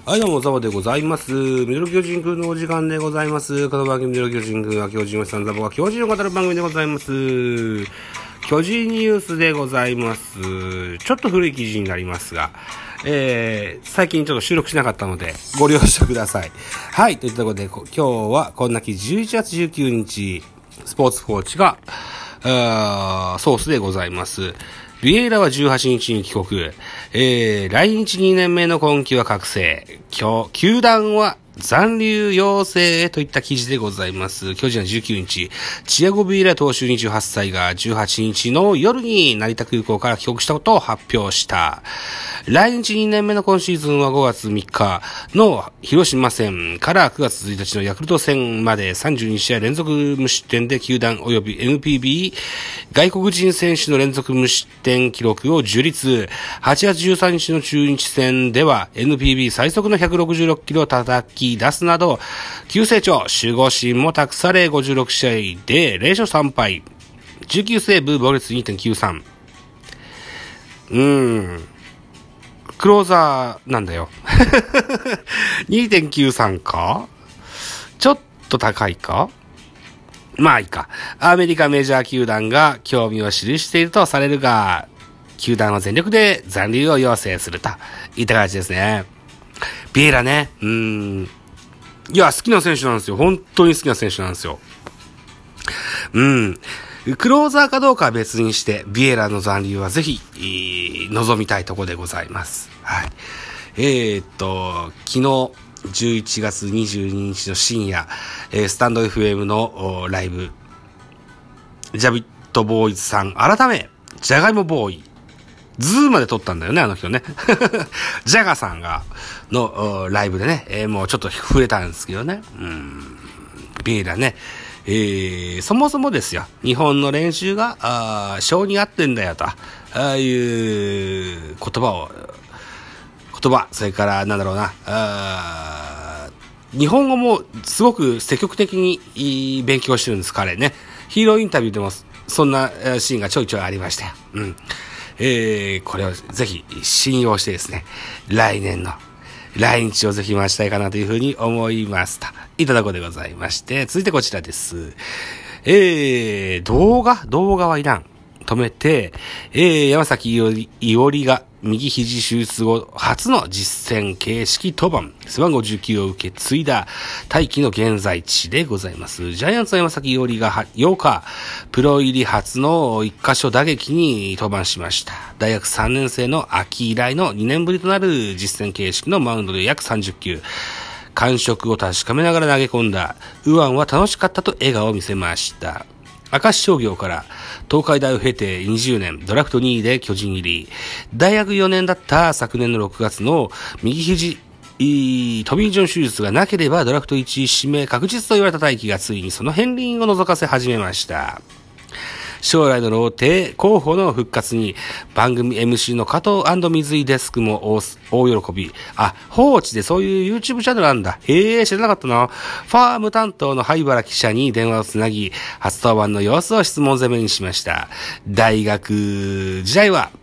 はい、どうも、ザボでございます。ミドル巨人くんのお時間でございます。この番組ミドル巨人くんは巨人おじさんザボが巨人を語る番組でございます。巨人ニュースでございます。ちょっと古い記事になりますが、最近ちょっと収録しなかったので、ご了承ください。はい、といったところで、今日はこんな記事11月19日、スポーツ報知が、ソースでございます。ビエイラは18日に帰国。来日2年目の今季は覚醒。球団は残留要請といった記事でございます。巨人は19日、チアゴ・ビエイラ投手28歳が18日の夜に成田空港から帰国したことを発表した。来日2年目の今シーズンは5月3日の広島戦から9月1日のヤクルト戦まで32試合連続無失点で球団及び NPB 外国人選手の連続無失点記録を樹立。8月13日の中日戦では NPB 最速の166キロを叩き出すなど急成長、守護神も託され56試合で0勝3敗、19セーブ、防御率 2.93。クローザーなんだよ。2.93 か？ちょっと高いか？まあいいか。アメリカメジャー球団が興味を記しているとされるが、球団は全力で残留を要請するといった感じですね。ビエイラね。いや、好きな選手なんですよ。本当に好きな選手なんですよ。クローザーかどうかは別にして、ビエイラの残留はぜひ、望みたいところでございます。はい。昨日、11月22日の深夜、スタンド FM のライブ、ジャビットボーイズさん、改め、ジャガイモボーイ、ズーまで撮ったんだよね、あの人ね。ジャガさんのライブでね、もうちょっと触れたんですけどね。ビエイラね。そもそもですよ、日本の練習が、性に合ってんだよと、ああいう言葉、それからなんだろうな、日本語もすごく積極的に勉強してるんです、彼ね。ヒーローインタビューでもそんなシーンがちょいちょいありましたよ。これをぜひ信用してですね、来年の来日をぜひ待ちたいかなというふうに思いますといったところでございまして、続いてこちらです。動画はいらん。止めて、山崎伊織が右肘手術後初の実戦形式登板、背番号19を受け継いだ大輝の現在地でございます。ジャイアンツの山崎伊織が8日、プロ入り初の1箇所打撃に登板しました。大学3年生の秋以来の2年ぶりとなる実戦形式のマウンドで約30球。感触を確かめながら投げ込んだ。右腕は楽しかったと笑顔を見せました。明石商業から東海大を経て20年ドラフト2位で巨人入り。大学4年だった昨年の6月の右肘トミー・ジョン手術がなければドラフト1位指名確実と言われた大輝がついにその片鱗を覗かせ始めました。将来のローテ候補の復活に番組 MC の加藤&水井デスクも大喜び。放置でそういう YouTube チャンネルなんだ。知らなかったな。ファーム担当の灰原記者に電話をつなぎ、初登板の様子を質問攻めにしました。大学時代は、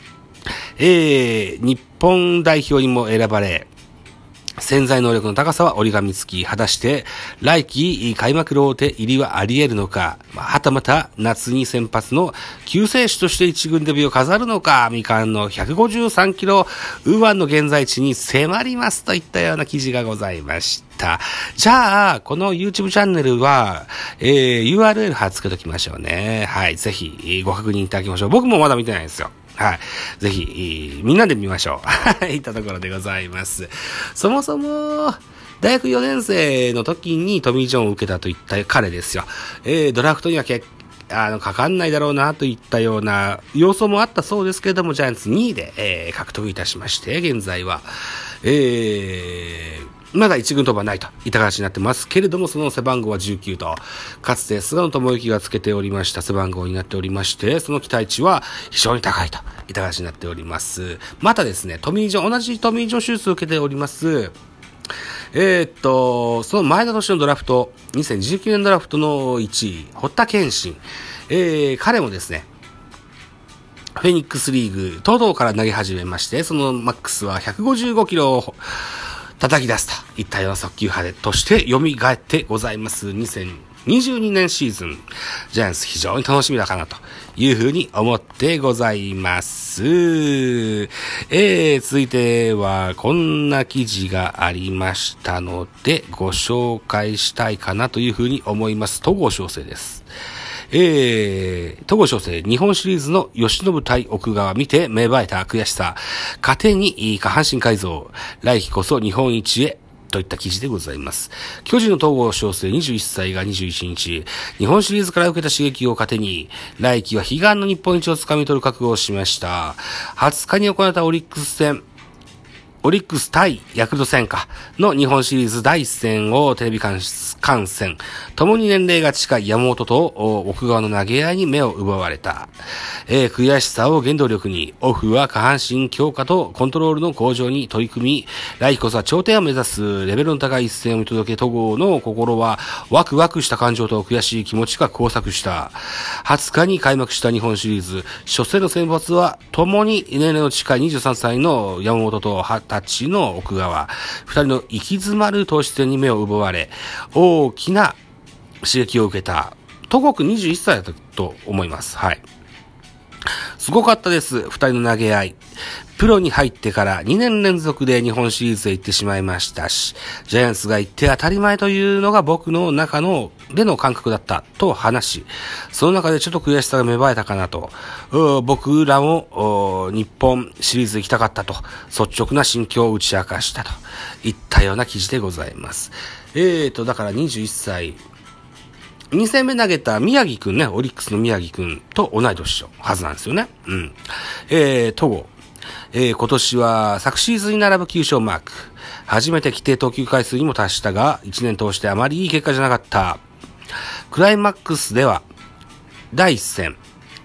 日本代表にも選ばれ、潜在能力の高さは折り紙付き。果たして、来季開幕ローテ入りはあり得るのか、はたまた夏に先発の救世主として一軍デビューを飾るのか、みかんの153キロ右腕の現在地に迫りますといったような記事がございました。じゃあ、この YouTube チャンネルは、URL 貼っ付けときましょうね。はい、ぜひご確認いただきましょう。僕もまだ見てないですよ。はい。ぜひ、みんなで見ましょう。はい。いったところでございます。そもそも、大学4年生の時にトミー・ジョンを受けたといった彼ですよ。ドラフトにはかかんないだろうなといったような要素もあったそうですけれども、ジャイアンツ2位で、獲得いたしまして、現在は、まだ一軍登板ないといった形になってますけれども、その背番号は19と、かつて菅野智之がつけておりました背番号になっておりまして、その期待値は非常に高いといった形になっております。またですね、同じトミー・ジョン手術を受けております、その前の年のドラフト、2019年ドラフトの1位、堀田健信、彼もですね、フェニックスリーグ、等々から投げ始めまして、そのマックスは155キロ叩き出すといったような速球派として蘇ってございます2022年シーズン、ジャイアンツ非常に楽しみだかなというふうに思ってございます。続いてはこんな記事がありましたのでご紹介したいかなというふうに思います。戸郷翔征です。戸郷翔征、日本シリーズの吉信対奥川見て芽生えた悔しさ、糧に下半身改造、来季こそ日本一へといった記事でございます。巨人の戸郷翔征21歳が21日、日本シリーズから受けた刺激を糧に、来季は悲願の日本一をつかみ取る覚悟をしました。20日に行われたオリックス対ヤクルト戦の日本シリーズ第一戦をテレビ観戦。共に年齢が近い山本と奥川の投げ合いに目を奪われた。悔しさを原動力に、オフは下半身強化とコントロールの向上に取り組み、来季こそは頂点を目指すレベルの高い一戦を見届け、戸郷の心はワクワクした感情と悔しい気持ちが交錯した。20日に開幕した日本シリーズ、初戦の先発は共に年齢の近い23歳の山本と20歳の奥川、二人の息詰まる投手戦に目を奪われ、大きな刺激を受けた。戸郷君21歳だと思います。はい。すごかったです。二人の投げ合い。プロに入ってから2年連続で日本シリーズへ行ってしまいましたし、ジャイアンツが行って当たり前というのが僕の中での感覚だったと話し、その中でちょっと悔しさが芽生えたかなと、僕らも日本シリーズ行きたかったと率直な心境を打ち明かしたといったような記事でございます。だから21歳、2戦目投げた宮城くんね、オリックスの宮城くんと同い年のはずなんですよね。うん。戸郷。今年は昨シーズンに並ぶ9勝マーク。初めて規定投球回数にも達したが、1年通してあまりいい結果じゃなかった。クライマックスでは、第1戦、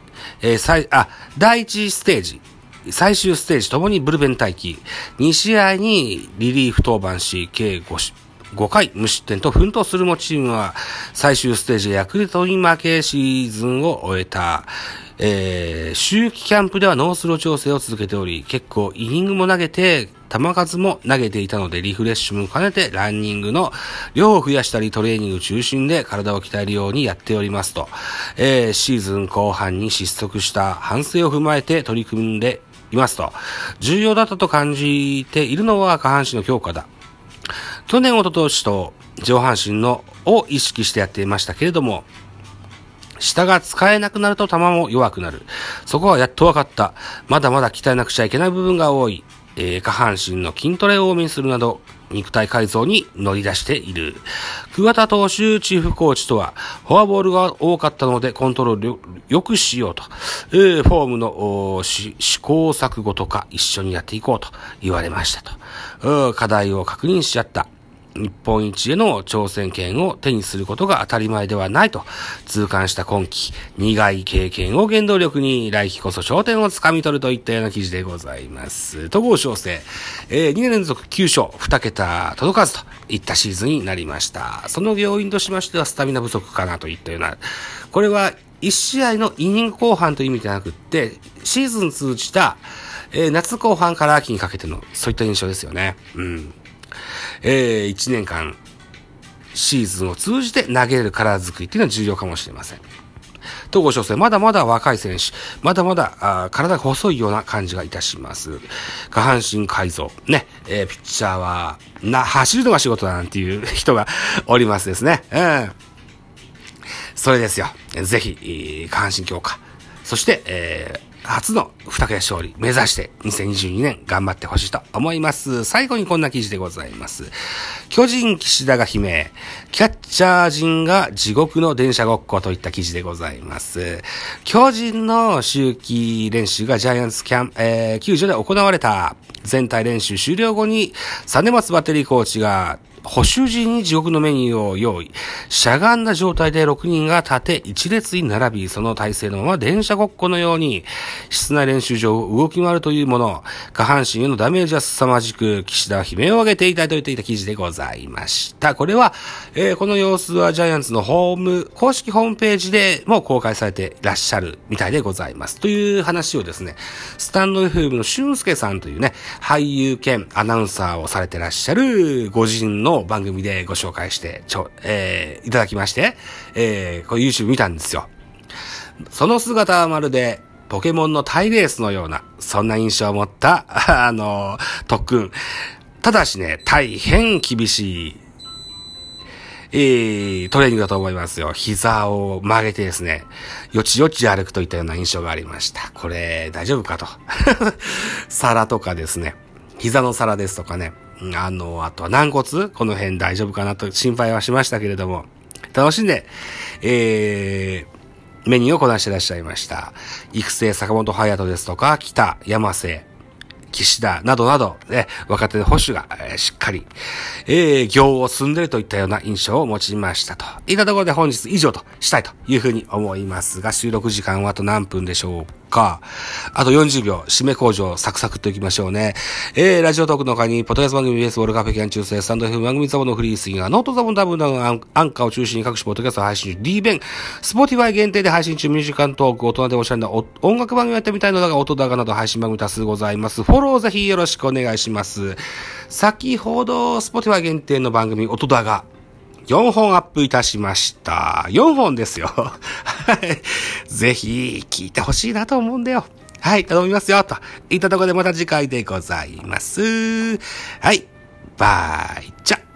第1ステージ、最終ステージともにブルペン待機。2試合にリリーフ登板し、計5回無失点と奮闘するもチームは最終ステージでヤクルトに負けシーズンを終えた。秋季キャンプではノースロー調整を続けており、結構イニングも投げて、球数も投げていたのでリフレッシュも兼ねてランニングの量を増やしたりトレーニング中心で体を鍛えるようにやっておりますと、シーズン後半に失速した反省を踏まえて取り組んでいますと、重要だったと感じているのは下半身の強化だ。去年、一昨年と上半身を意識してやっていましたけれども、下が使えなくなると球も弱くなる。そこはやっと分かった。まだまだ鍛えなくちゃいけない部分が多い。下半身の筋トレを多めにするなど、肉体改造に乗り出している。桑田投手チーフコーチとは、フォアボールが多かったのでコントロールよくしようと。フォームの試行錯誤とか一緒にやっていこうと言われましたと。課題を確認し合った。日本一への挑戦権を手にすることが当たり前ではないと痛感した今季、苦い経験を原動力に来季こそ頂点をつかみ取るといったような記事でございます。戸郷翔征、2年連続9勝、2桁届かずといったシーズンになりました。その要因としましてはスタミナ不足かなといったような、これは1試合のイニング後半という意味ではなくって、シーズン通じた、夏後半から秋にかけてのそういった印象ですよね。うん。1年間シーズンを通じて投げれる体作りっていうのは重要かもしれません。戸郷翔征、まだまだ若い選手、まだまだ体が細いような感じがいたします。下半身改造ね、ピッチャーは走るのが仕事だなんていう人がおりますですね。それですよ。ぜひ下半身強化、そして初の2桁勝利目指して2022年頑張ってほしいと思います。最後にこんな記事でございます。巨人岸田が悲鳴、キャッチャー陣が地獄の電車ごっこといった記事でございます。巨人の秋季練習がジャイアンツ球場で行われた。全体練習終了後にサネマツバッテリーコーチが補修時に地獄のメニューを用意。しゃがんだ状態で6人が縦一列に並び、その体勢のまま電車ごっこのように、室内練習場を動き回るというもの。下半身へのダメージは凄まじく、岸田は悲鳴を上げていたと言っていた記事でございました。これは、この様子はジャイアンツの公式ホームページでも公開されていらっしゃるみたいでございます。という話をですね、スタンド FM の俊介さんというね、俳優兼アナウンサーをされてらっしゃるご自身の番組でご紹介して、いただきまして、これ YouTube 見たんですよ。その姿はまるで、ポケモンのタイレースのような、そんな印象を持った、特訓。ただしね、大変厳しい、トレーニングだと思いますよ。膝を曲げてですね、よちよち歩くといったような印象がありました。これ、大丈夫かと。皿とかですね、膝の皿ですとかね、あとは軟骨この辺大丈夫かなと心配はしましたけれども、楽しんで、メニューをこなしていらっしゃいました。育成坂本勇人ですとか、北山瀬、岸田などなど、ね、若手の保守が、しっかり、行を進んでいるといったような印象を持ちましたと。いったところで本日以上としたいというふうに思いますが、収録時間はあと何分でしょうか。あと40秒、締め工場サクサクっといきましょうね。ラジオトークの他に、ポッドキャスト番組ベースボールカフェキャン中世、スタンド FM 番組ザボのフリースインガー、ノートザボンダブルアンカーを中心に各種ポッドキャスト配信中、D 弁、スポティファイ限定で配信中、ミュージカルトーク、大人でおしゃれな音楽番組やってみたいのだが、音だがなど配信番組多数ございます。フォローぜひよろしくお願いします。先ほど、スポティファイ限定の番組、音だが、4本アップいたしました。4本ですよ。はい。ぜひ、聞いてほしいなと思うんだよ。はい、頼みますよ。といったところでまた次回でございます。はい、バイチャ。